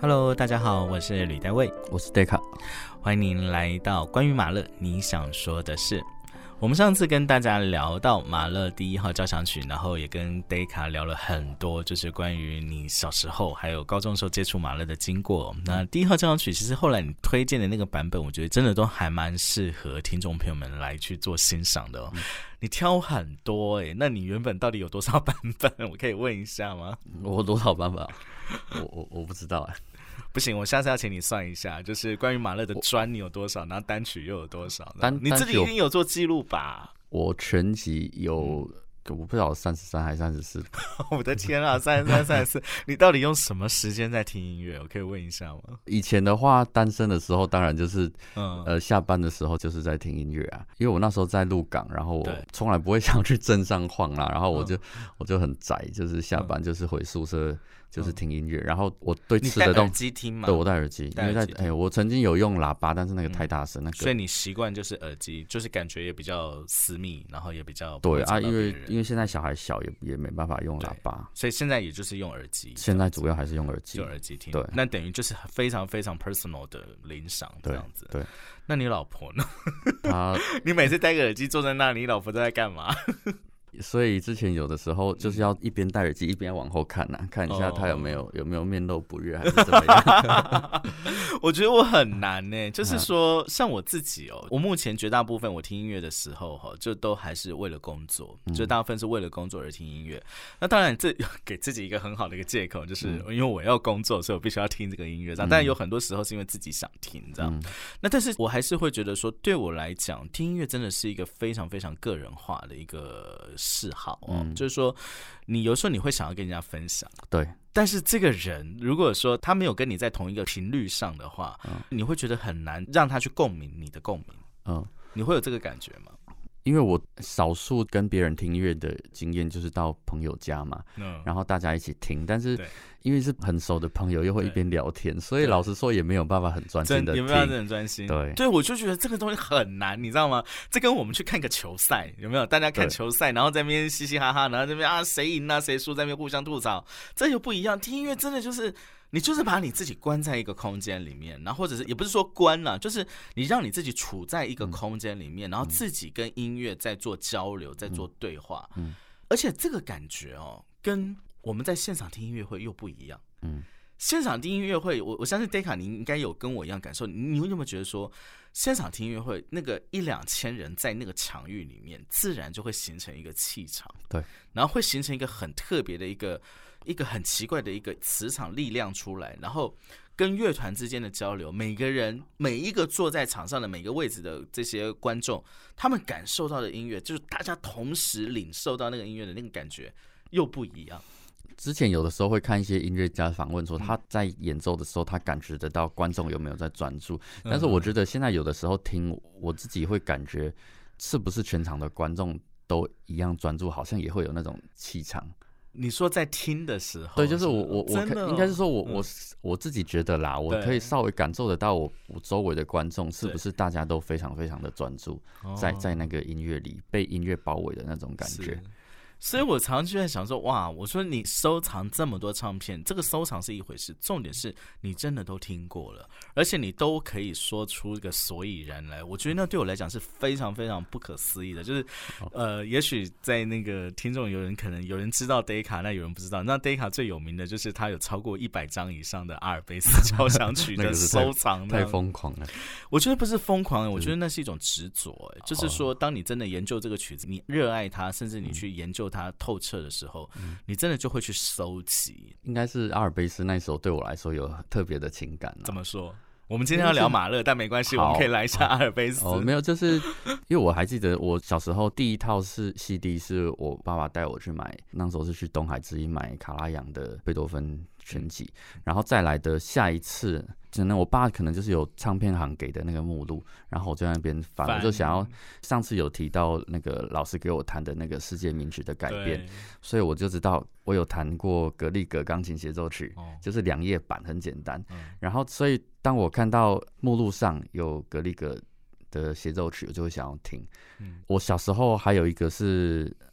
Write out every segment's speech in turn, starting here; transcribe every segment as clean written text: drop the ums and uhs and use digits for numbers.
Hello， 大家好，我是吕代卫， 我是 Deka， 欢迎您来到关于马勒你想说的事。我们上次跟大家聊到马勒第1号交响曲，然后也跟 Deka 聊了很多，就是关于你小时候还有高中的时候接触马勒的经过。那第1号交响曲其实后来你推荐的那个版本，我觉得真的都还蛮适合听众朋友们来去做欣赏的哦。你挑很多那你原本到底有多少版本？我可以问一下吗？ 我多少版本我不知道不行，我下次要请你算一下，就是关于马勒的专你有多少，然后单曲又有多少？你自己一定有做记录吧？ 我全集有，我不知道33还是34。 我的天啊，33、34，你到底用什么时间在听音乐？我可以问一下吗？ 以前的话，单身的时候当然就是下班的时候就是在听音乐啊，因为我那时候在鹿港，然后我从来不会想去镇上晃啦，然后我就很宅，就是下班就是回宿舍。就是听音乐，然后我对吃的东西，你戴耳机听吗？ 对，我戴耳机，因为我曾经有用喇叭，但是那个太大声， 所以你习惯就是耳机，就是感觉也比较私密，然后也比较对啊，因为现在小孩小也没办法用喇叭， 所以现在也就是用耳机。 现在主要还是用耳机， 就耳机听。 对， 那等于就是非常非常 personal 的欣赏这样子。 对， 那你老婆呢？你每次戴个耳机坐在那里，你老婆都在干嘛？ 所以之前有的时候就是要一边戴耳机一边往后看看一下他有没有面露不悦还是怎么样。 我觉得我很难就是说像我自己我目前绝大部分我听音乐的时候就都还是为了工作，就大部分是为了工作而听音乐。那当然这给自己一个很好的一个借口，就是因为我要工作，所以我必须要听这个音乐这样。但有很多时候是因为自己想听这样。那但是我还是会觉得说，对我来讲听音乐真的是一个非常非常个人化的一个嗜好就是说你有时候你会想要跟人家分享， 对， 但是这个人如果说他没有跟你在同一个频率上的话，你会觉得很难让他去共鸣你的共鸣。你会有这个感觉吗？ 因为我少数跟别人听音乐的经验就是到朋友家嘛，然后大家一起听，但是因为是很熟的朋友，又会一边聊天，所以老实说也没有办法很专心的听， 也没有办法很专心。对，我就觉得这个东西很难，你知道吗？这跟我们去看个球赛有没有？大家看球赛，然后在那边嘻嘻哈哈，然后在那边谁赢啊谁输，在那边互相吐槽，这又不一样。听音乐真的就是你就是把你自己关在一个空间里面，然后或者是也不是说关了，就是你让你自己处在一个空间里面，然后自己跟音乐在做交流，在做对话。而且这个感觉跟我们在现场听音乐会又不一样。现场听音乐会，我相信 Deka 你应该有跟我一样感受。你有没有觉得说，现场听音乐会那个1-2千人在那个场域里面，自然就会形成一个气场， 对， 然后会形成一个很特别的一个很奇怪的一个磁场力量出来，然后跟乐团之间的交流，每个人每一个坐在场上的每个位置的这些观众，他们感受到的音乐，就是大家同时领受到那个音乐的那个感觉又不一样。 之前有的时候会看一些音乐家访问说他在演奏的时候他感觉得到观众有没有在专注，但是我觉得现在有的时候听我自己会感觉是不是全场的观众都一样专注，好像也会有那种气场。 你说在听的时候， 对，就是我应该是说我自己觉得啦，我可以稍微感受得到我周围的观众是不是大家都非常非常的专注在那个音乐里，被音乐包围的那种感觉。 所以我常常就在想说，哇，我说你收藏这么多唱片，这个收藏是一回事，重点是你真的都听过了，而且你都可以说出一个所以然来。我觉得那对我来讲是非常非常不可思议的，就是也许在那个听众可能有人知道 Deka， 那有人不知道。那 Deka 最有名的就是他有超过100张以上的阿尔卑斯交响曲的收藏， 太疯狂了。 我觉得不是疯狂，我觉得那是一种执着。就是说，当你真的研究这个曲子，你热爱它，甚至你去研究它透彻的时候，你真的就会去收集。 应该是阿尔卑斯那一首对我来说有特别的情感。 怎么说？我们今天要聊马勒，但没关系，我们可以来一下阿尔卑斯。 没有，就是因为我还记得我小时候第一套是 CD 是我爸爸带我去买，那时候是去东海之音买卡拉扬的贝多芬全集，然后再来的下一次，可能我爸可能就是有唱片行给的那个目录，然后我就在那边翻，我就想要上次有提到那个老师给我弹的那个世界名曲的改编，所以我就知道我有弹过格里格钢琴协奏曲，就是2页版很简单，然后所以当我看到目录上有格里格的协奏曲，我就会想要听。我小时候还有一个是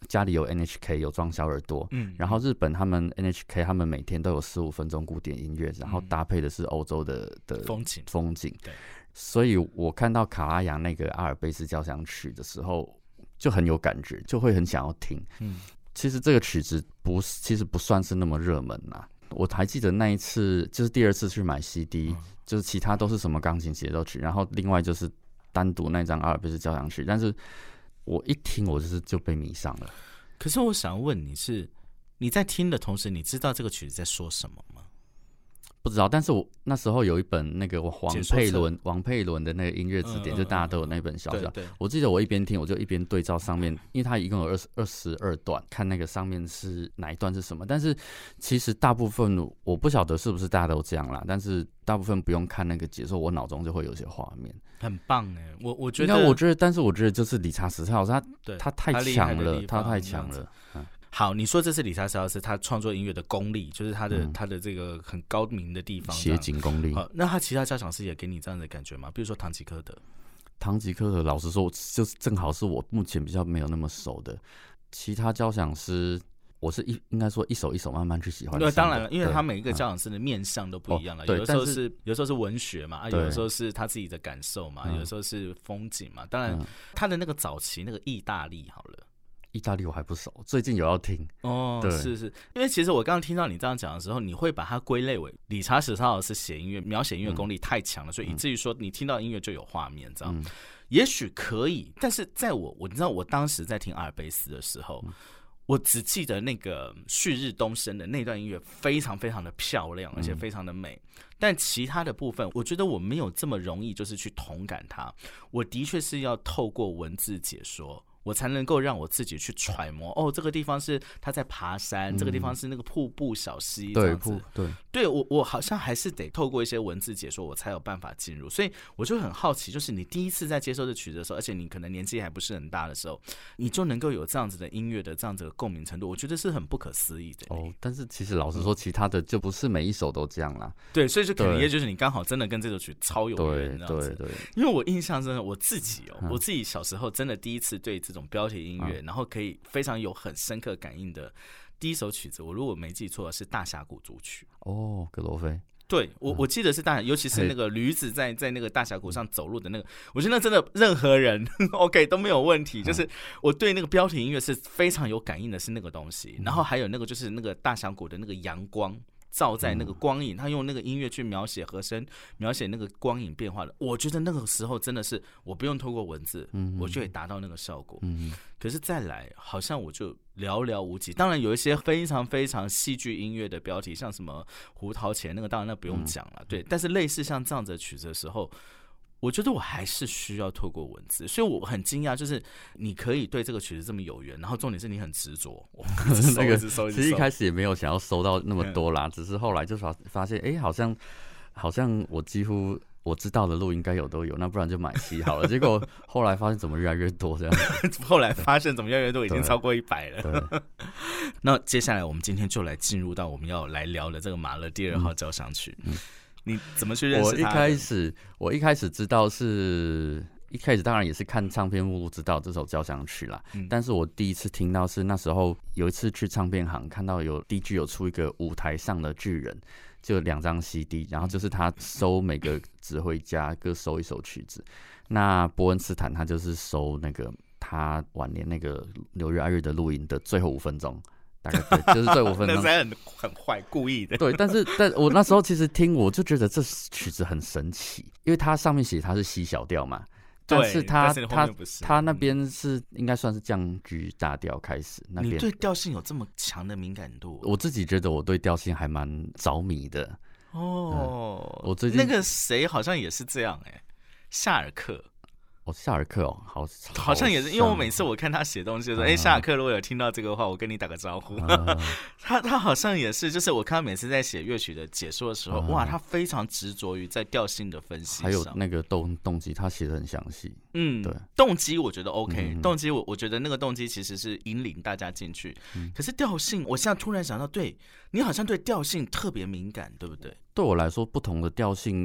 家里有 NHK 有装小耳朵，然后日本他们 NHK 他们每天都有15分钟古典音乐，然后搭配的是欧洲的风景，对，所以我看到卡拉扬那个阿尔卑斯交响曲的时候就很有感觉，就会很想要听。其实这个曲子其实不算是那么热门啦。我还记得那一次就是第2次去买 CD，就是其他都是什么钢琴协奏曲，然后另外就是单独那张阿尔卑斯交响曲，但是我一听我就被迷上了。 可是我想问你是你在听的同时，你知道这个曲子在说什么吗？ 不知道，但是我那时候有一本那个王佩伦的那个音乐字典，就大家都有那本小小。我记得我一边听，我就一边对照上面，因为它一共有22段，看那个上面是哪一段是什么。但是其实大部分我不晓得是不是大家都这样啦，但是大部分不用看那个节奏，我脑中就会有些画面。 很棒哎，我觉得， 但是我觉得就是理查史特劳斯他太强了，他太强了。 好，你说这是理查史特劳斯他创作音乐的功力，就是他的这个很高明的地方， 写景功力。 那他其他交响师也给你这样的感觉吗？比如说唐吉诃德，老实说，就是正好是我目前比较没有那么熟的。其他交响师，我是应该说一首一首慢慢去喜欢。对， 当然了，因为他每一个交响师的面向都不一样了。有的时候是文学嘛，有的时候是他自己的感受嘛，有的时候是风景嘛。当然，他的那个早期那个意大利好了。 意大利我还不熟，最近有要听哦。对，是因为其实我刚刚听到你这样讲的时候，你会把它归类为理查史特劳斯写音乐、描写音乐功力太强了，所以以至于说你听到音乐就有画面，这样。也许可以，但是在你知道我当时在听阿尔卑斯的时候，我只记得那个旭日东升的那段音乐非常非常的漂亮，而且非常的美。但其他的部分，我觉得我没有这么容易就是去同感它。我的确是要透过文字解说，我才能够让我自己去揣摩。哦，这个地方是他在爬山，这个地方是那个瀑布小溪，这样子。对，我好像还是得透过一些文字解说，我才有办法进入。所以我就很好奇，就是你第一次在接受这曲子的时候，而且你可能年纪还不是很大的时候，你就能够有这样子的音乐的这样子的共鸣程度，我觉得是很不可思议的。 哦，但是其实老实说，其他的就不是每一首都这样啦。 对，所以就可能也就是你刚好真的跟这首曲超有缘， 对。 因为我印象真的，我自己小时候真的第一次对这种标题音乐，然后可以非常有很深刻感应的第一首曲子，我如果没记错是大峡谷组曲。 哦，格罗菲。 对，我记得是尤其是那个驴子在那个大峡谷上走路的那个，我觉得那真的任何人OK 都没有问题。就是我对那个标题音乐是非常有感应的，是那个东西。然后还有那个就是那个大峡谷的那个阳光照在那个光影，他用那个音乐去描写和声，描写那个光影变化的。我觉得那个时候真的是我不用透过文字，我就可以达到那个效果。可是再来，好像我就寥寥无几。当然有一些非常非常戏剧音乐的标题，像什么胡桃钳那个，当然那不用讲了。对，但是类似像这样子的曲子的时候，我觉得我还是需要透过文字，所以我很惊讶，就是你可以对这个曲子这么有缘，然后重点是你很执着。 那个其实一开始也没有想要收到那么多啦，只是后来就发现，好像我几乎我知道的路应该都有，那不然就买齐好了。结果后来发现怎么越来越多这样后来发现怎么越来越多，已经超过100了。那接下来我们今天就来进入到我们要来聊的这个马勒第2号交响曲。你怎么去认识他？ 我一开始知道一开始当然也是看唱片目录知道这首交响曲啦。但是我第一次听到是那时候有一次去唱片行看到有 DG 有出一个舞台上的巨人，就有2张 CD， 然后就是他收每个指挥家各收一首曲子。那伯恩斯坦他就是收那个他晚年那个纽约爱乐的录音的最后5分钟。大概对，就是最5分钟， 那很坏，故意的。 对，但我那时候其实听，我就觉得这曲子很神奇，因为它上面写它是C小调嘛，但是它那边是应该算是降 G 大调开始。那边你对调性有这么强的敏感度？ 我自己觉得我对调性还蛮着迷的。我最近那个谁好像也是这样夏尔克。 夏尔克好像也是，因为我每次我看他写东西的时候，夏尔克如果有听到这个话，我跟你打个招呼。他好像也是，就是我看他每次在写乐曲的解说的时候，哇，他非常执着于在调性的分析上， 还有那个动机，他写的很详细。 对，动机我觉得 OK，动机我觉得那个动机其实是引领大家进去。可是调性，我现在突然想到，对你好像对调性特别敏感，对不对？ 对我来说，不同的调性。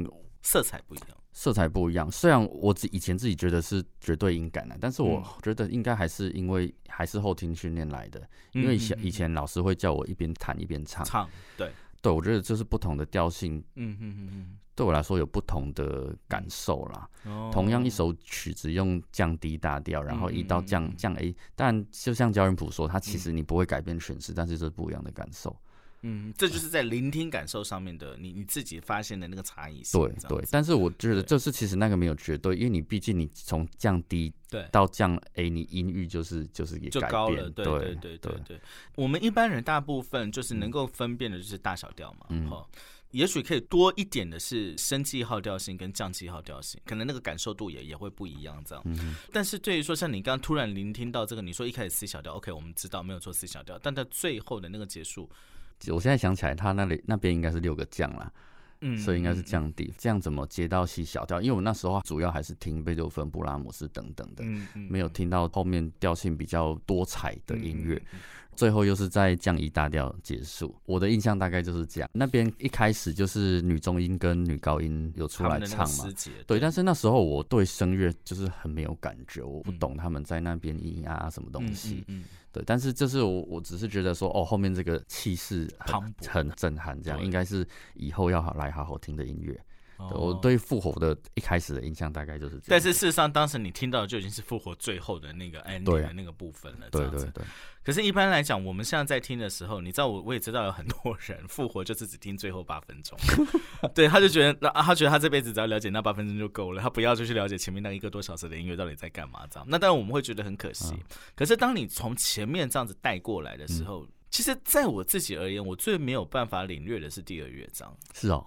色彩不一样。 色彩不一样，虽然我以前自己觉得是绝对音感的，但是我觉得应该还是因为还是后听训练来的，因为以前老师会叫我一边弹一边唱， 对， 我觉得这是不同的调性，对我来说有不同的感受啦。同样一首曲子用降 D 大调，然后移到降 A， 但就像焦仁溥说，它其实你不会改变诠释，但是这是不一样的感受。 这就是在聆听感受上面的你自己发现的那个差异性。 对，但是我觉得这是其实那个没有绝对，因为你毕竟你从降 D 到降 A， 你音域就是也改变， 高了。对。我们一般人大部分就是能够分辨的就是大小调嘛，也许可以多一点的是升记号调性跟降记号调性，可能那个感受度也会不一样这样。但是对于说像你刚刚突然聆听到这个，你说一开始 C 小调 ，OK， 我们知道没有错 C 小调，但在最后的那个结束。 我现在想起来，他那边应该是6个降啦，所以应该是降 D，这样怎么接到C小调？因为我那时候主要还是听贝多芬、布拉姆斯等等的，没有听到后面调性比较多彩的音乐。最后又是在降E大调结束，我的印象大概就是这样。那边一开始就是女中音跟女高音有出来唱嘛，对。但是那时候我对声乐就是很没有感觉，我不懂他们在那边咿呀什么东西，对。但是就是我只是觉得说，后面这个气势很震撼，这样应该是以后要来好好听的音乐。我对复活的一开始的印象大概就是这样， 但是事实上当时你听到的就已经是复活最后的那个 ending 的那个部分了，对。可是一般来讲，我们现在在听的时候，你知道我也知道有很多人复活就是只听最后8分钟，对，他觉得他这辈子只要了解那8分钟就够了，他不要就去了解前面那1个多小时的音乐到底在干嘛这样。那当然我们会觉得很可惜，可是当你从前面这样子带过来的时候，其实在我自己而言，我最没有办法领略的是第2乐章。 是好，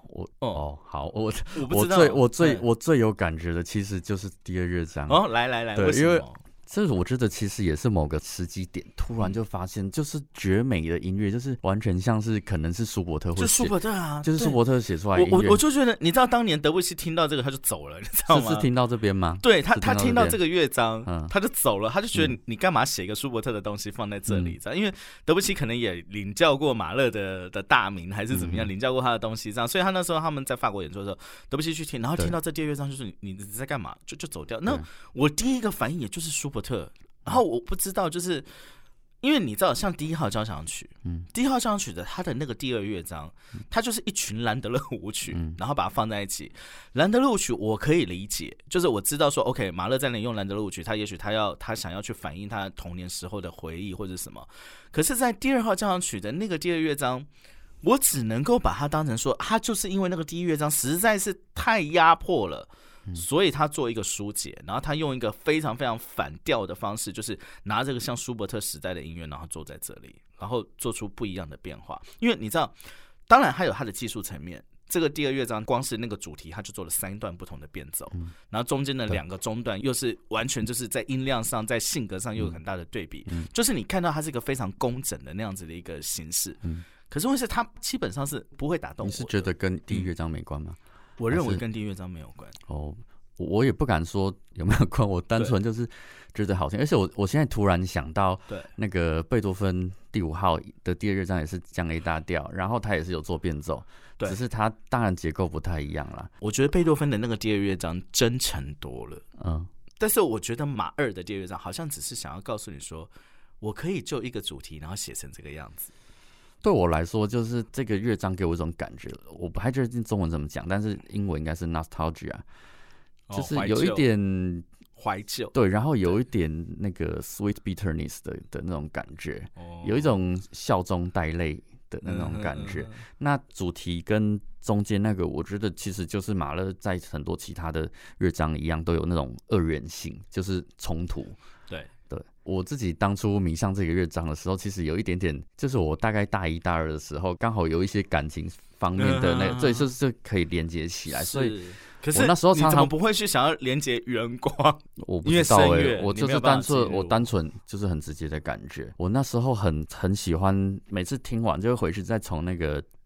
我最有感觉的其实就是第2乐章。 来， 对， 为什么？ 因为这我觉得其实也是某个时机点，突然就发现，就是绝美的音乐，就是完全像是可能是舒伯特， 就舒伯特啊， 就是舒伯特写出来的音乐。 我就觉得，你知道当年德布西听到这个他就走了，你知道吗？ 是听到这边吗？ 对他听到这个乐章，他就走了，他就觉得你干嘛写一个舒伯特的东西放在这里？因为德布西可能也领教过马勒的大名，还是怎么样，领教过他的东西，这样，所以他那时候他们在法国演出的时候，德布西去听，然后听到这第2乐章，就是你在干嘛？就走掉。那我第一个反应也就是舒伯特。然后我不知道，就是因为你知道，像第1号交响曲，第1号交响曲的它的那个第2乐章，它就是一群兰德勒舞曲，然后把它放在一起。兰德勒舞曲我可以理解，就是我知道说 ，OK， 马勒在那里用兰德勒舞曲，他也许他想要去反映他童年时候的回忆或者什么。可是，在第2号交响曲的那个第2乐章，我只能够把它当成说，他就是因为那个第1乐章实在是太压迫了。所以他做一个疏解，然后他用一个非常非常反调的方式，就是拿这个像舒伯特时代的音乐，然后坐在这里，然后做出不一样的变化。因为你知道，当然还有他的技术层面。这个第2乐章光是那个主题，他就做了3段不同的变奏，然后中间的2个中段又是完全就是在音量上、在性格上又有很大的对比，就是你看到它是一个非常工整的那样子的一个形式。可是问题是，它基本上是不会打动我。 你是觉得跟第1乐章没关吗？ 我认为跟第1乐章没有关。 我也不敢说有没有关，我单纯就是觉得好听。而且我现在突然想到，那个贝多芬第5号的第2乐章也是降 A 大调，然后他也是有做变奏，只是他当然结构不太一样啦。 我觉得贝多芬的那个第2乐章真诚多了，但是我觉得马2的第2乐章好像只是想要告诉你说，我可以就一个主题，然后写成这个样子。 对我来说，就是这个乐章给我一种感觉，我不太确定中文怎么讲，但是英文应该是 nostalgia，就是有一点怀旧， 对，然后有一点那个 sweet bitterness 的那种感觉，有一种笑中带泪的那种感觉。那主题跟中间那个，我觉得其实就是马勒在很多其他的乐章一样，都有那种二元性，就是冲突。对，我自己当初迷上这个乐章的时候，其实有一点点，就是我大概大1、大2的时候，刚好有一些感情方面的那个，对，就是可以连接起来，所以。 可是我那时候常常你怎么不会去想要连接圆光？ 我不知道我就是单纯就是很直接的感觉。我那时候很喜欢，每次听完就会回去再从那个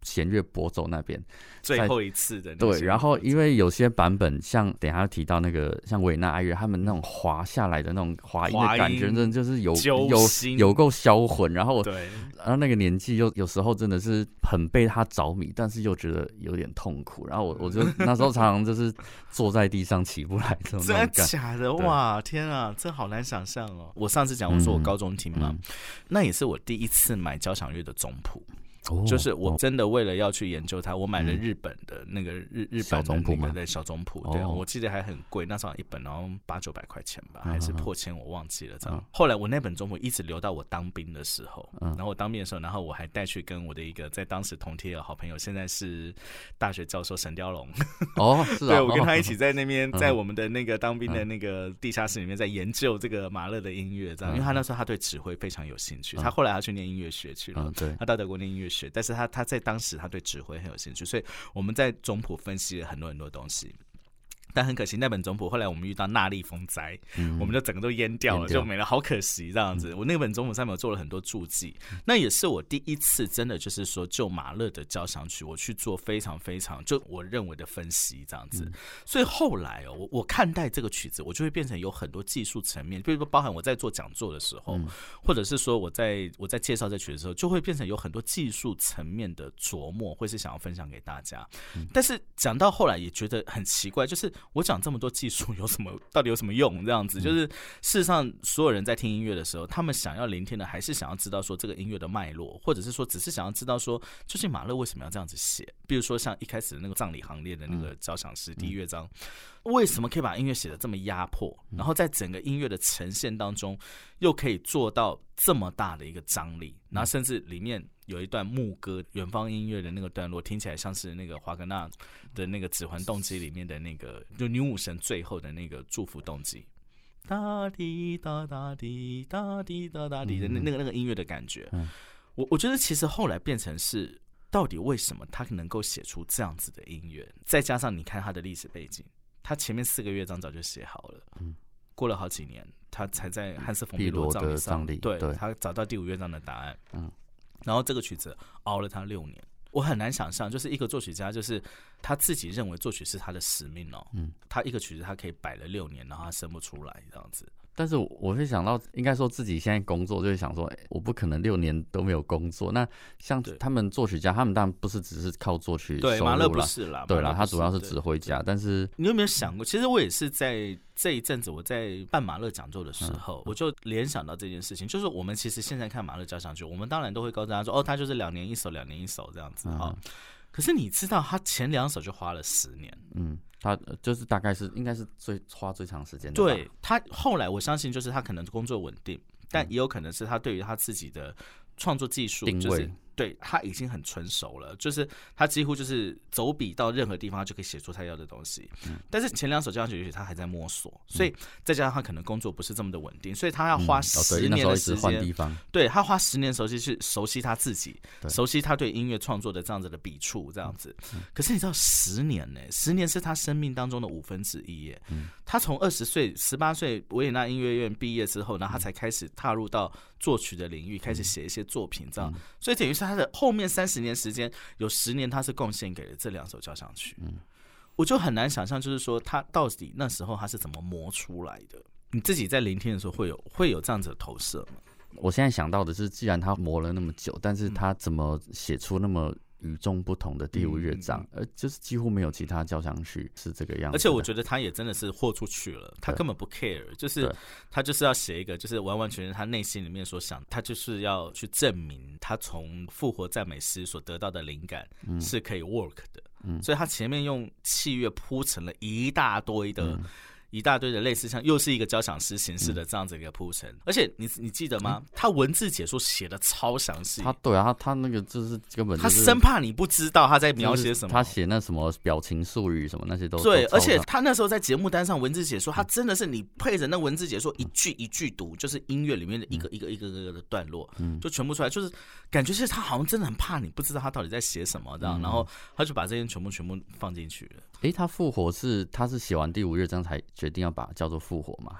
弦乐拨奏那边最后一次的对，然后因为有些版本像等一下要提到那个像维也纳爱乐，他们那种滑下来的那种滑音的感觉，真的就是有够销魂。然后那个年纪有时候真的是很被他着迷，但是又觉得有点痛苦。然后我就那时候常常就是坐在地上起不来这种感觉。 真的假的？哇，天啊，这好难想象哦！我上次讲我说我高中听嘛，那也是我第一次买交响乐的总谱。就是我真的为了要去研究它，我买了日本的那个日本的那个小总谱，对，我记得还很贵，那时候一本然后800-900块钱吧，还是破千，我忘记了这样。后来我那本总谱一直留到我当兵的时候，然后我当兵的时候，然后我还带去跟我的一个在当时同梯的好朋友，现在是大学教授沈雕龙， 是啊， 对，我跟他一起在那边，在我们的那个当兵的那个地下室里面，在研究这个马勒的音乐，这样，因为他那时候他对指挥非常有兴趣，他后来他去念音乐学去了，他到德国念音乐学。但是他在当时他对指挥很有兴趣，所以我们在总谱分析了很多很多东西。但很可惜，那本总谱后来我们遇到纳莉风灾，我们就整个都淹掉了，就没了，好可惜这样子。我那本总谱上面有做了很多注记，那也是我第一次真的就是说，就马勒的交响曲，我去做非常非常就我认为的分析这样子。所以后来我看待这个曲子，我就会变成有很多技术层面，比如说包含我在做讲座的时候，或者是说我在介绍这曲子的时候，就会变成有很多技术层面的琢磨，会是想要分享给大家。但是讲到后来也觉得很奇怪，就是我讲这么多技术到底有什么用？这样子，就是事实上所有人在听音乐的时候，他们想要聆听的还是想要知道说这个音乐的脉络，或者是说只是想要知道说究竟马勒为什么要这样子写。比如说像一开始的那个葬礼行列的那个交响诗第一乐章，为什么可以把音乐写得这么压迫，然后在整个音乐的呈现当中又可以做到这么大的一个张力，然后甚至里面有一段牧歌远方音乐的那个段落，听起来像是那个华格纳的那个指环动机里面的那个就女武神最后的那个祝福动机，哒滴哒哒滴哒滴哒哒滴的那个音乐的感觉。我觉得其实后来变成是到底为什么他能够写出这样子的音乐，再加上你看他的历史背景，他前面4个乐章早就写好了，过了好几年他才在汉斯冯皮罗葬礼上，对，他找到第5乐章的答案，然后这个曲子熬了他6年。我很难想象，就是一个作曲家，就是他自己认为作曲是他的使命哦，他一个曲子他可以摆了6年，然后他生不出来这样子。 但是我会想到，应该说自己现在工作，就会想说，我不可能6年都没有工作。那像他们作曲家，他们当然不是只是靠作曲收入啦， 对，马勒不是啦， 对啦，他主要是指挥家。但是你有没有想过，其实我也是在这一阵子我在办马勒讲座的时候，我就联想到这件事情，就是我们其实现在看马勒交响曲，我们当然都会告诉大家说，他就是2年1首，2年1首这样子哈。可是你知道，他前2首就花了10年， 他就是大概是应该是花最长时间的。 对，他后来我相信就是他可能工作稳定，但也有可能是他对于他自己的创作技术定位， 就是对他已经很成熟了，就是他几乎就是走笔到任何地方他就可以写出他要的东西。但是前2首交响曲他还在摸索，所以再加上他可能工作不是这么的稳定，所以他要花10年的时间，对，他花10年熟悉他自己，熟悉他对音乐创作的这样子的笔触，这样子。可是你知道10年呢？10年是他生命当中的1/5耶。他从20岁、18岁维也纳音乐院毕业之后，然后他才开始踏入到作曲的领域，开始写一些作品，这样。所以等于是他的后面30年时间，有10年他是贡献给了这2首交响曲。我就很难想象，就是说他到底那时候他是怎么磨出来的？你自己在聆听的时候会有这样子的投射吗？ 我现在想到的是，既然他磨了那么久，但是他怎么写出那么与众不同的第5乐章，就是几乎没有其他交响曲是这个样子的。 而且我觉得他也真的是豁出去了，他根本不 care， 就是他就是要写一个，就是完完全全他内心里面所想，他就是要去证明他从复活赞美诗所得到的灵感是可以 work 的。所以他前面用器乐铺成了一大堆的类似像又是一个交响诗形式的这样子一个铺陈，而且你记得吗？他文字解说写的超详细。 他那个就是根本、就是、 他生怕你不知道他在描写什么。 他写那什么表情术语什么那些都对，而且他那时候在节目单上文字解说，他真的是你配着那文字解说一句一句读，就是音乐里面的一个的段落，就全部出来，就是感觉是他好像真的很怕你不知道他到底在写什么这样，然后他就把这些全部放进去了。 他复活他是写完第5乐章才决定要把它叫做复活吗？还是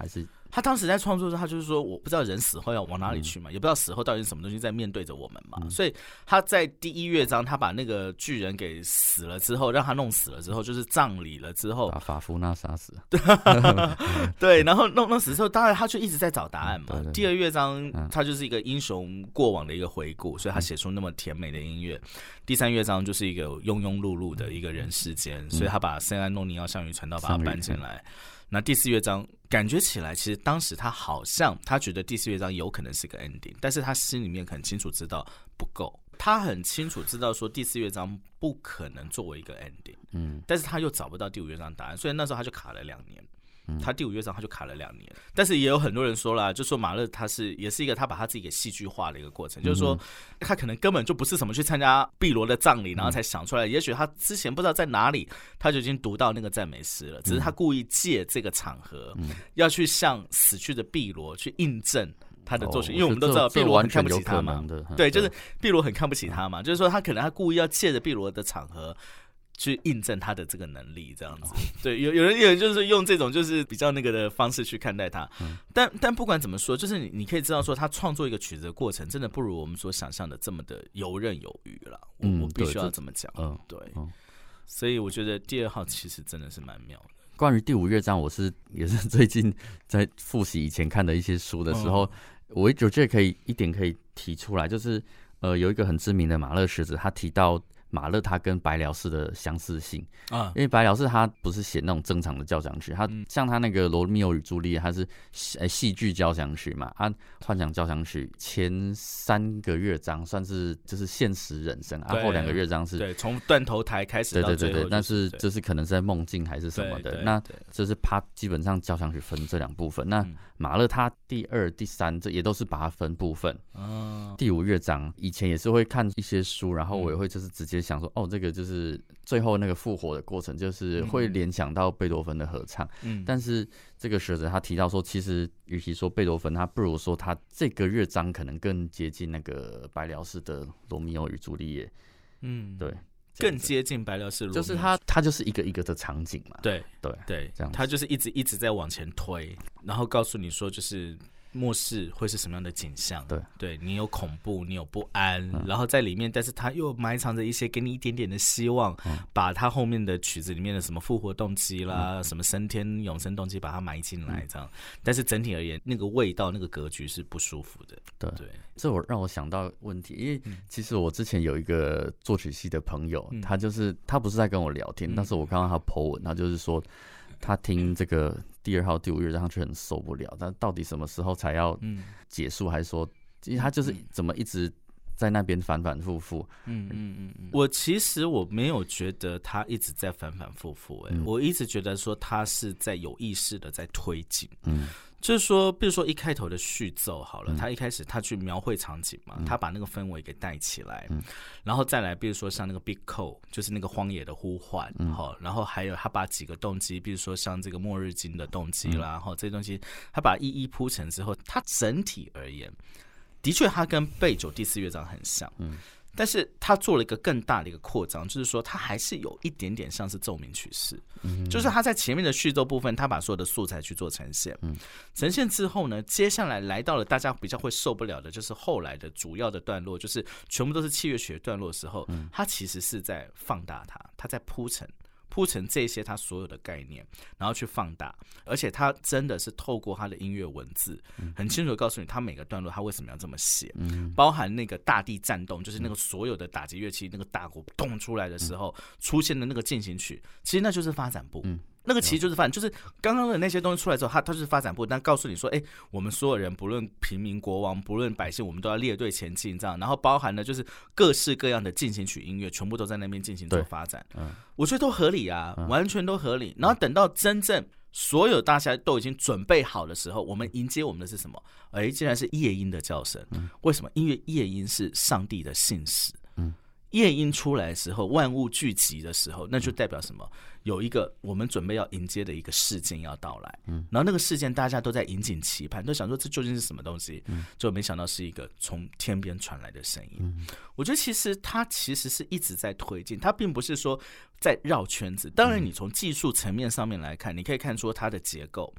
他当时在创作的时候，他就是说，我不知道人死后要往哪里去嘛，也不知道死后到底是什么东西在面对着我们嘛，所以他在第1乐章，他把那个巨人给死了之后，让他弄死了之后，就是葬礼了之后， 把法夫纳杀死， 对，然后弄死之后，当然他就一直在找答案嘛。 对对对， 第2乐章，他就是一个英雄过往的一个回顾，所以他写出那么甜美的音乐。第3乐章就是一个庸庸碌碌的一个人世间，所以他把圣安东尼奥项羽传道把它搬进来。那第4乐章感觉起来，其实当时他好像他觉得第4乐章有可能是个 ending， 但是他心里面很清楚知道不够，他很清楚知道说第4乐章不可能作为一个 ending，但是他又找不到第5乐章答案，所以那时候他就卡了2年。他第5乐章他就卡了2年，但是也有很多人说了，就说马勒他也是一个他把他自己给戏剧化的一个过程，就是说他可能根本就不是什么去参加毕罗的葬礼，然后才想出来，也许他之前不知道在哪里他就已经读到那个赞美诗了，只是他故意借这个场合要去向死去的毕罗去印证他的作品，因为我们都知道毕罗很看不起他嘛，对，就是毕罗很看不起他嘛，就是说他可能他故意要借着毕罗的场合去印证他的这个能力，这样子。对，有人就是用这种就是比较那个的方式去看待他。但不管怎么说，就是你可以知道说，他创作一个曲子的过程，真的不如我们所想象的这么的游刃有余了。我必须要这么讲。对。所以我觉得第2号其实真的是蛮妙的。 关于第5乐章，也是最近在复习以前看的一些书的时候，我觉得可以提出来，就是有一个很知名的马勒学者，他提到马勒他跟白辽士的相似性啊，因为白辽士他不是写那种正常的交响曲，他像他那个罗密欧与朱丽叶，他是戏剧交响曲嘛，幻想交响曲前3个乐章算是就是现实人生，后2个乐章是对从断头台开始到最后， 对，但是就是可能是在梦境还是什么的，那就是他基本上交响曲分这2部分，那马勒他第2、第3这也都是把它分部分。第5乐章以前也是会看一些书，然后我也会就是直接想说，这个就是最后那个复活的过程，就是会联想到贝多芬的合唱。但是这个学者他提到说，其实与其说贝多芬，他不如说他这个乐章可能更接近那个白辽士的罗密欧与朱丽叶。对。 更接近白辽士， 就是他就是一个一个的场景嘛， 对， 这样他就是一直在往前推，然后告诉你说就是末世会是什么样的景象，对你有恐怖，你有不安，然后在里面，但是他又埋藏着一些给你一点点的希望，把他后面的曲子里面的什么复活动机啦，什么升天永生动机把它埋进来，这样，但是整体而言，那个味道那个格局是不舒服的，对， 这让我想到问题，因为其实我之前有一个作曲系的朋友，他不是在跟我聊天，但是我看到他 po 文，他就是说他听这个第2号、第5乐章，他却很受不了，但到底什么时候才要结束，还是说，其实他就是怎么一直在那边反反复复。 我其实我没有觉得他一直在反反复复，我一直觉得说他是在有意识的在推进。就是说，比如说一开头的序奏好了，他一开始他去描绘场景嘛，他把那个氛围给带起来，然后再来，比如说像那个 Big Call， 就是那个荒野的呼唤，然后还有他把几个动机，比如说像这个末日经的动机啦，这些东西他把一一铺陈之后，他整体而言，的确他跟贝九第4乐章很像，但是他做了一个更大的一个扩张，就是说他还是有一点点像是奏鸣曲式，就是他在前面的序奏部分，他把所有的素材去做呈现，呈现之后呢，接下来到了大家比较会受不了的，就是后来的主要的段落，就是全部都是器乐曲的段落的时候，他其实是在放大他在铺陈这些他所有的概念，然后去放大，而且他真的是透过他的音乐文字，很清楚的告诉你他每个段落他为什么要这么写，包含那个大地颤动，就是那个所有的打击乐器那个大鼓动出来的时候出现的那个进行曲，其实那就是发展部。那个其实就是就是刚刚的那些东西出来之后，它就是发展部，但告诉你说，我们所有人不论平民国王，不论百姓，我们都要列队前进，这样，然后包含了就是各式各样的进行曲音乐，全部都在那边进行做发展，我觉得都合理啊，完全都合理。然后等到真正所有大家都已经准备好的时候，我们迎接我们的是什么？竟然是夜莺的叫声。为什么？因为夜莺是上帝的信使。夜莺出来的时候，万物聚集的时候，那就代表什么？有一个我们准备要迎接的一个事件要到来，然后那个事件大家都在引颈期盼，都想说这究竟是什么东西，就没想到是一个从天边传来的声音。我觉得其实它其实是一直在推进，它并不是说在绕圈子。当然你从技术层面上面来看，你可以看出它的结构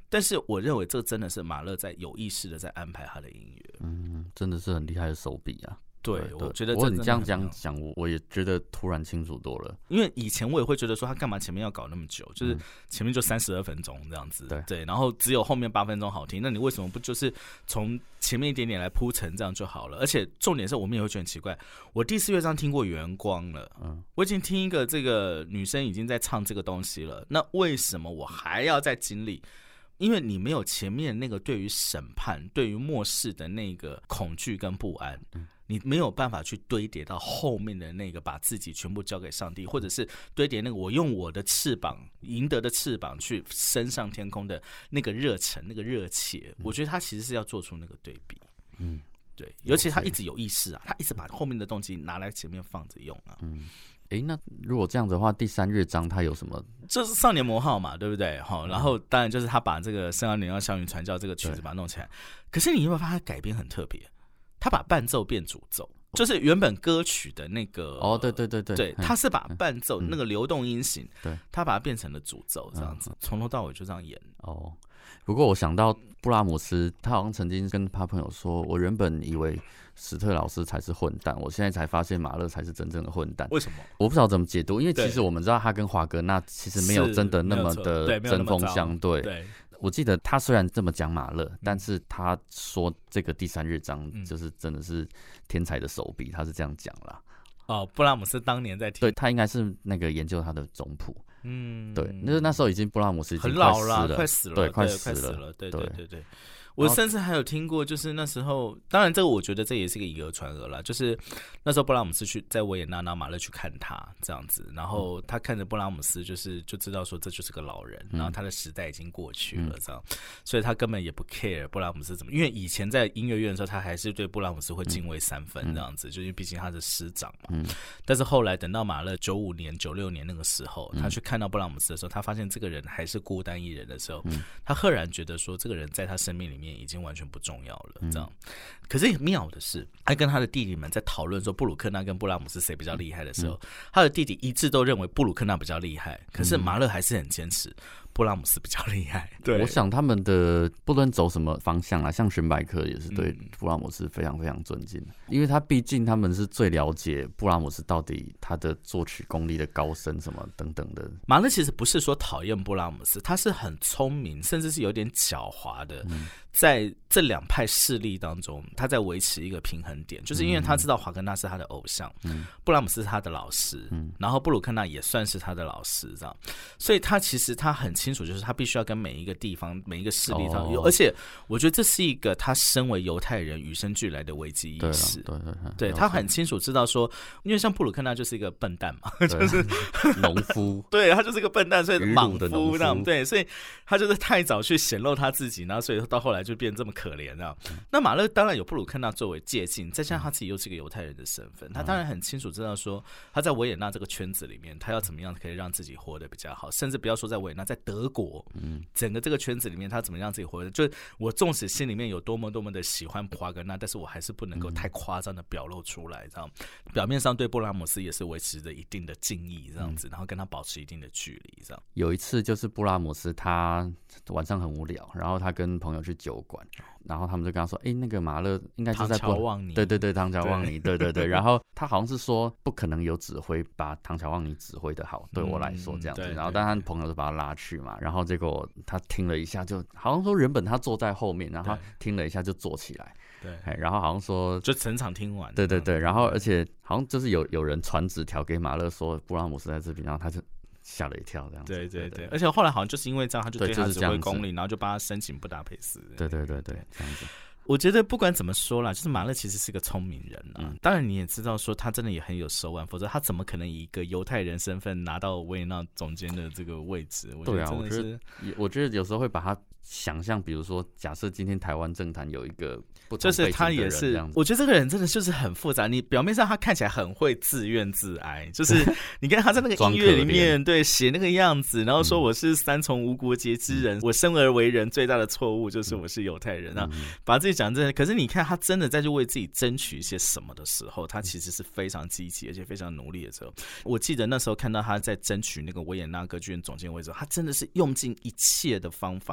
但是我认为这真的是马勒在有意识的在安排他的音乐， 真的是很厉害的手笔啊。 对，我觉得你这样讲，我也觉得突然清楚多了。 因为以前我也会觉得说他干嘛前面要搞那么久，就是前面就32分钟这样子，对，然后只有后面8分钟好听，那你为什么不就是从前面一点点来铺陈，这样就好了？而且重点是我们也会觉得很奇怪，我第4乐章听过圆光了，我已经听一个这个女生已经在唱这个东西了，那为什么我还要再经历？因为你没有前面那个对于审判、对于末世的那个恐惧跟不安，你没有办法去堆叠到后面的那个把自己全部交给上帝，或者是堆叠那个我用我的翅膀赢得的翅膀去升上天空的那个热忱、那个热切。我觉得他其实是要做出那个对比，对，尤其他一直有意识啊，他一直把后面的动机拿来前面放着用啊。 那如果这样子的话，第3乐章它有什么？ 就是少年魔号嘛，对不对？然后当然就是他把这个圣奥尼奥祥云传教这个曲子把它弄起来。可是你有没有发现他改编很特别？他把伴奏变主奏，就是原本歌曲的那个对，他是把伴奏那个流动音型，他把它变成了主奏，这样子从头到尾就这样演。 不过我想到布拉姆斯，他好像曾经跟他朋友说，我原本以为史特劳斯才是混蛋，我现在才发现马勒才是真正的混蛋。 为什么？ 我不知道怎么解读，因为其实我们知道他跟华格纳其实没有真的那么的针锋相对。我记得他虽然这么讲马勒，但是他说这个第3乐章就是真的是天才的手笔，他是这样讲啦。 布拉姆斯当年在听， 对，他应该是那个研究他的总谱。对，那时候已经布拉姆斯已经很老了，快死了， 对，快死了， 对。我甚至还有听过，就是那时候，当然这个我觉得这也是个以讹传讹啦，就是那时候布拉姆斯去在维也纳，然后马勒去看他这样子，然后他看着布拉姆斯，就知道说这就是个老人，然后他的时代已经过去了这样，所以他根本也不 care 布拉姆斯怎么，因为以前在音乐院的时候，他还是对布拉姆斯会敬畏3分这样子，就因为毕竟他是师长嘛。但是后来等到马勒95年、96年那个时候，他去看到布拉姆斯的时候，他发现这个人还是孤单一人的时候，他赫然觉得说这个人在他生命里面已经完全不重要了，这样。可是妙的是，他跟他的弟弟们在讨论说布鲁克纳跟布拉姆斯谁比较厉害的时候，他的弟弟一致都认为布鲁克纳比较厉害，可是马勒还是很坚持布拉姆斯比较厉害。对， 我想他们的不论走什么方向啊，像荀白克也是对布拉姆斯非常非常尊敬，因为他毕竟他们是最了解布拉姆斯到底他的作曲功力的高深什么等等的。 马勒其实不是说讨厌布拉姆斯，他是很聪明，甚至是有点狡猾的，在这2派势力当中，他在维持一个平衡点，就是因为他知道华格纳是他的偶像，布拉姆斯是他的老师，然后布鲁克纳也算是他的老师，这样，所以他其实他很清楚，就是他必须要跟每一个地方、每一个势力上有，而且我觉得这是一个他身为犹太人与生俱来的危机意识，对他很清楚知道说，因为像布鲁克纳就是一个笨蛋嘛，就是农夫， 对他就是个笨蛋，所以莽夫这样，对，所以他就是太早去显露他自己，然后所以到后来就变这么可怜啊。那马勒当然有布鲁克纳作为借镜，再加上他自己又是一个犹太人的身份，他当然很清楚知道说他在维也纳这个圈子里面，他要怎么样可以让自己活得比较好，甚至不要说在维也纳，在德国，整个这个圈子里面，他怎么让自己活得，就是我纵使心里面有多么多么的喜欢华格纳，但是我还是不能够太夸张的表露出来，这样表面上对布拉姆斯也是维持着一定的敬意，这样子，然后跟他保持一定的距离，这样。 有一次就是布拉姆斯他晚上很无聊，然后他跟朋友去酒馆，然后他们就跟他说，那个马勒应该就在唐乔望尼， 对，唐乔望尼，对，然后他好像是说不可能有指挥把唐乔望尼指挥的好，对我来说这样子，然后但他朋友就把他拉去嘛，然后结果他听了一下，就好像说原本他坐在后面，然后他听了一下就坐起来， 对， 然后好像说就整场听完， 对，然后而且好像就是有人传纸条给马勒说布拉姆斯在这边，然后他就吓了一跳，这样子。 对，而且后来好像就是因为这样，他就对他指挥功力，然后就帮他申请布达佩斯。 对，这样子。 我觉得不管怎么说啦，就是马勒其实是个聪明人啊。当然你也知道说他真的也很有手腕，否则他怎么可能以一个犹太人身份拿到维也纳总监的这个位置？ 对啊，我觉得有时候会把他想象，比如说，假设今天台湾政坛有一个不同背景的人，就是他也是， 我觉得这个人真的就是很复杂。你表面上他看起来很会自怨自哀，就是你看他在那个音乐里面对写那个样子，然后说我是3重无国籍之人，我生而为人最大的错误就是我是犹太人啊，把自己讲真的。可是你看他真的在去为自己争取一些什么的时候，他其实是非常积极而且非常努力的时候。我记得那时候看到他在争取那个维也纳歌剧院总监位置，他真的是用尽一切的方法，就是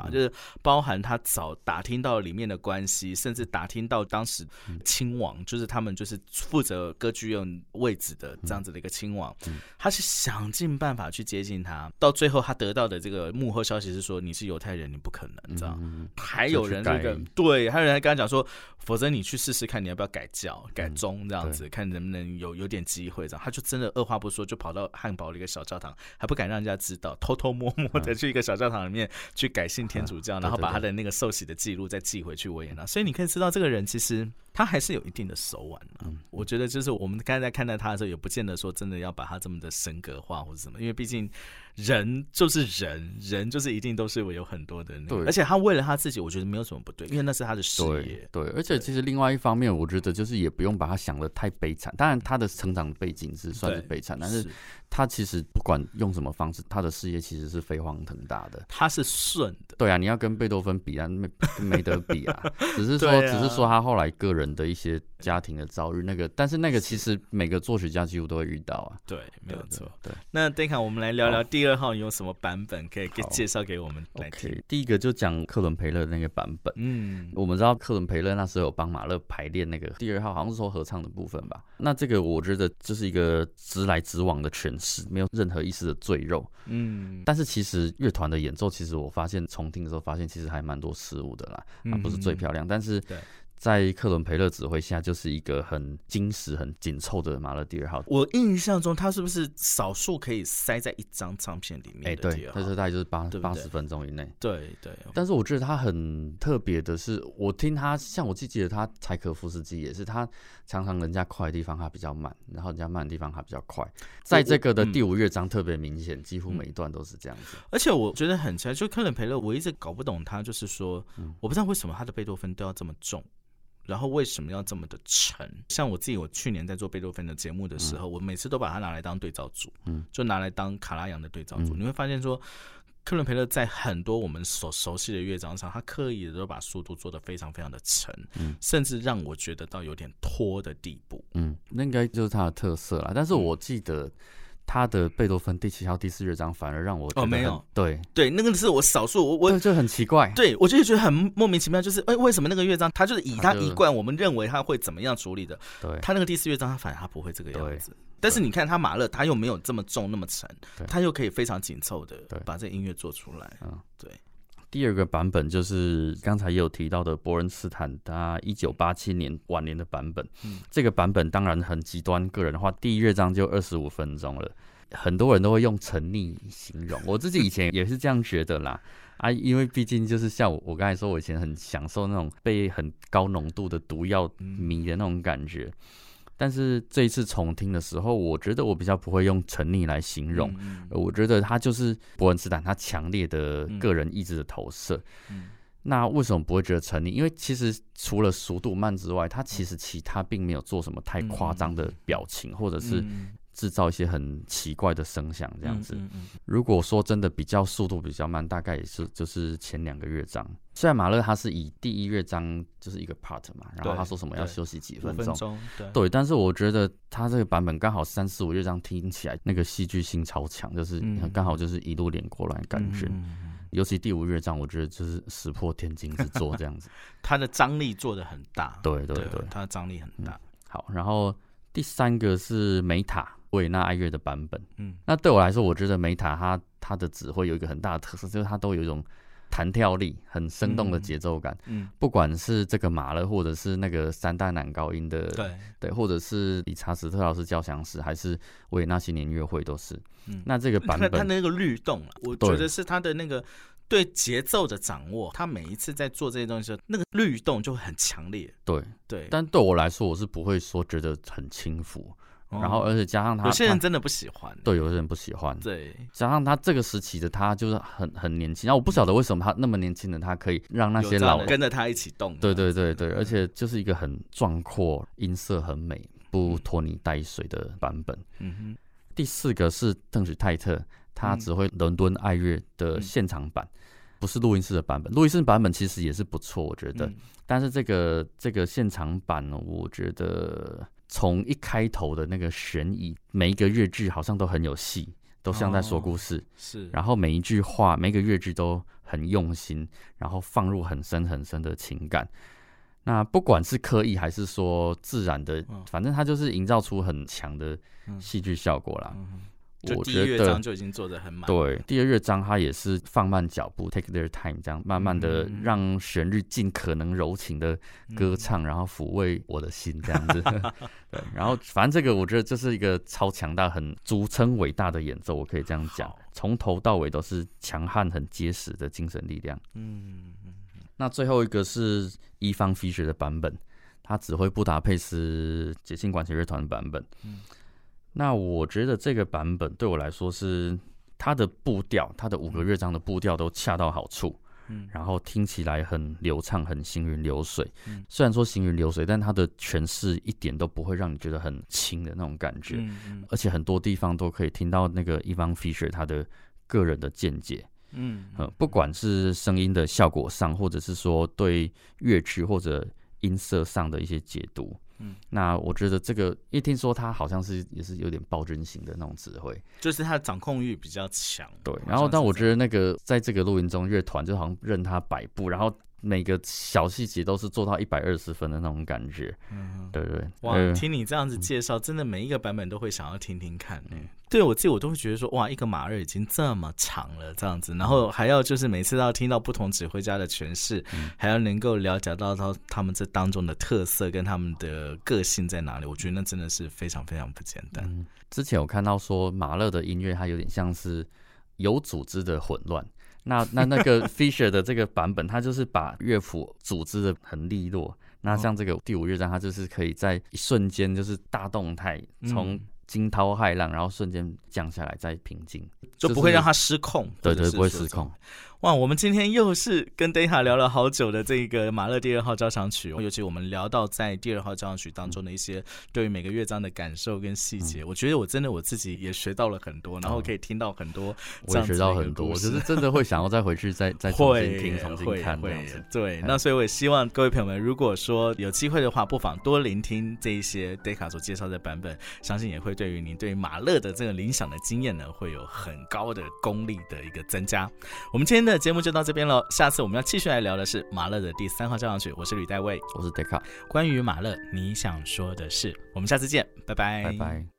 包含他早打听到里面的关系，甚至打听到当时亲王，就是他们就是负责歌剧院位置的这样子的一个亲王，他是想尽办法去接近他，到最后他得到的这个幕后消息是说你是犹太人，你不可能，你知道？还有人对，还有人跟他讲说，否则你去试试看，你要不要改教改宗这样子，看能不能有点机会这样。他就真的二话不说就跑到汉堡的一个小教堂，还不敢让人家知道，偷偷摸摸的去一个小教堂里面去改信天主教，然后把他的那个受洗的记录再寄回去维也纳。所以你可以知道这个人其实他还是有一定的手腕我觉得就是我们刚才在看待他的时候，也不见得说真的要把他这么的神格化或者什么，因为毕竟人就是人就是一定都是有很多的而且他为了他自己，我觉得没有什么不对，因为那是他的事业。 对，而且其实另外一方面，我觉得就是也不用把他想得太悲惨。当然，他的成长背景是算是悲惨，但是他其实不管用什么方式，他的事业其实是飞黄腾达的。 他是顺的。 对啊，你要跟贝多芬比啊，没得比啊。只是说他后来个人的一些家庭的遭遇，但是那个其实每个作曲家几乎都会遇到啊。 对，没有错。对，那 Duncan 我们来聊聊第2号有什么版本可以介绍给我们来听。 Okay, 第一个就讲克伦培勒那个版本。我们知道克伦培勒那时候有帮马勒排练那个第2号，好像是说合唱的部分吧。那这个我觉得就是一个直来直往的诠释，没有任何一丝的赘肉。但是其实乐团的演奏，其实我发现重听的时候发现其实还蛮多失误的啦。它不是最漂亮，但是在克伦培勒指挥下，就是一个很精实、很紧凑的马勒第2号。 我印象中，他是不是少数可以塞在一张唱片里面的第2号？ 对，但是大概就是80分钟以内。 对。 但是我觉得他很特别的是，我听他，像我记得他柴可夫斯基也是，他常常人家快的地方他比较慢，然后人家慢的地方他比较快。在这个的第5乐章特别明显，几乎每一段都是这样子。 而且我觉得很奇怪，就克伦培勒，我一直搞不懂他，就是说，我不知道为什么他的贝多芬都要这么重。然后为什么要这么的沉？像我自己，我去年在做贝多芬的节目的时候，我每次都把它拿来当对照组，就拿来当卡拉扬的对照组。你会发现说，克伦培勒在很多我们所熟悉的乐章上，他刻意的都把速度做得非常非常的沉，甚至让我觉得到有点拖的地步。 那应该就是他的特色啦。但是我记得他的贝多芬第7号第4乐章反而让我觉得没有对， 那个是我少数我就很奇怪。 对，我就觉得很莫名其妙，就是为什么那个乐章他就是以他一贯我们认为他会怎么样处理的，对，他那个第4乐章他反而他不会这个样子。但是你看他马勒，他又没有这么重那么沉，他又可以非常紧凑的把这音乐做出来。对。 第2个版本就是刚才也有提到的伯恩斯坦他1987年晚年的版本。这个版本当然很极端个人化，第1乐章就25分钟了，很多人都会用沉溺形容，我自己以前也是这样觉得啦。因为毕竟就是像我刚才说，我以前很享受那种被很高浓度的毒药迷的那种感觉。但是这一次重听的时候，我觉得我比较不会用沉溺来形容，我觉得他就是伯恩斯坦他强烈的个人意志的投射。那为什么不会觉得沉溺？因为其实除了速度慢之外，他其实其他并没有做什么太夸张的表情，或者是制造一些很奇怪的声响这样子。如果说真的比较速度比较慢，大概也是就是前2个乐章。虽然马勒他是以第1乐章就是一个 part 嘛，然后他说什么要休息几分钟，对，但是我觉得他这个版本刚好3、4、5乐章听起来那个戏剧性超强，就是刚好就是一路连过来的感觉。尤其第5乐章，我觉得就是石破天惊之作这样子， 他的张力做得很大。对，他的张力很大。 好，然后第3个是梅塔维也纳爱乐的版本。那对我来说，我觉得梅塔他的指挥有一个很大的特色，就是他都有一种弹跳力，很生动的节奏感。不管是这个马勒，或者是那个3大男高音的，对，或者是理查斯特劳斯交响诗，还是维也纳新年音乐会都是。那这个版本， 他那个律动我觉得是他的那个对节奏的掌握，他每一次在做这些东西的时候，那个律动就很强烈。对， 但对我来说，我是不会说觉得很轻浮。然后，而且加上他， 有些人真的不喜欢， 对，有些人不喜欢， 对。 加上他这个时期的他就是很年轻，然后我不晓得为什么他那么年轻的他可以让那些老跟着他一起动， 对，而且就是一个很壮阔、音色很美、不拖泥带水的版本。第4个是邓许泰特，他指挥伦敦爱乐的现场版，不是录音室的版本。录音室版本其实也是不错，我觉得，但是这个现场版呢，我觉得。从一开头的那个悬疑，每一个乐句好像都很有戏，都像在说故事。是，然后每一句话，每一个乐句都很用心，然后放入很深很深的情感。那不管是刻意还是说自然的，反正它就是营造出很强的戏剧效果啦。 就第一乐章就已经做得很满。 对，第二乐章它也是放慢脚步 ，take their time， 这样慢慢的让旋律尽可能柔情的歌唱，然后抚慰我的心，这样子。对，然后反正这个我觉得这是一个超强大、很俗称伟大的演奏，我可以这样讲，从头到尾都是强悍、很结实的精神力量。那最后一个是伊方Fischer的版本，他指挥布达佩斯节庆管弦乐团的版本。那我觉得这个版本对我来说是它的步调，它的5个乐章的步调都恰到好处，然后听起来很流畅，很行云流水。虽然说行云流水，但它的诠释一点都不会让你觉得很轻的那种感觉，而且很多地方都可以听到那个伊方Fischer他的个人的见解。不管是声音的效果上，或者是说对乐曲或者音色上的一些解读。那我觉得这个一听说他好像也是有点暴君型的那种指挥， 就是他的掌控欲比较强。 对，然后但我觉得那个在这个录音中，乐团就好像任他摆布，然后每个小细节都是做到120分的那种感觉。对对。 哇，听你这样子介绍，真的每一个版本都会想要听听看。对我自己我都会觉得说，哇，一个马二已经这么长了这样子，然后还要就是每次都要听到不同指挥家的诠释，还要能够了解到他们这当中的特色跟他们的个性在哪里，我觉得那真的是非常非常不简单。 之前有看到说马勒的音乐它有点像是有组织的混乱，那个 Fischer 的这个版本，他就是把乐谱组织的很利落。那像这个第5乐章，它就是可以在一瞬间就是大动态，从惊涛骇浪，然后瞬间降下来，再平静， 就不会让它失控。 对对，不会失控。 哇，我们今天又是跟 Data 聊了好久的这个马勒第2号交响曲，尤其我们聊到在第2号交响曲当中的一些对于每个乐章的感受跟细节，我觉得我真的我自己也学到了很多，然后可以听到很多这样子的一个故事。 我也学到很多，就是真的会想要再回去再重新听、重新看这样子。 对，那所以我也希望各位朋友们，如果说有机会的话，不妨多聆听这一些 Data 所介绍的版本，相信也会对于你对于马勒的这个领赏的经验呢，会有很高的功力的一个增加。我们今天的节目就到这边了，下次我们要继续来聊的是马勒的第3号交响曲。我是吕代卫， 我是 Deka。 关于马勒，你想说的是？我们下次见，拜拜， 拜拜。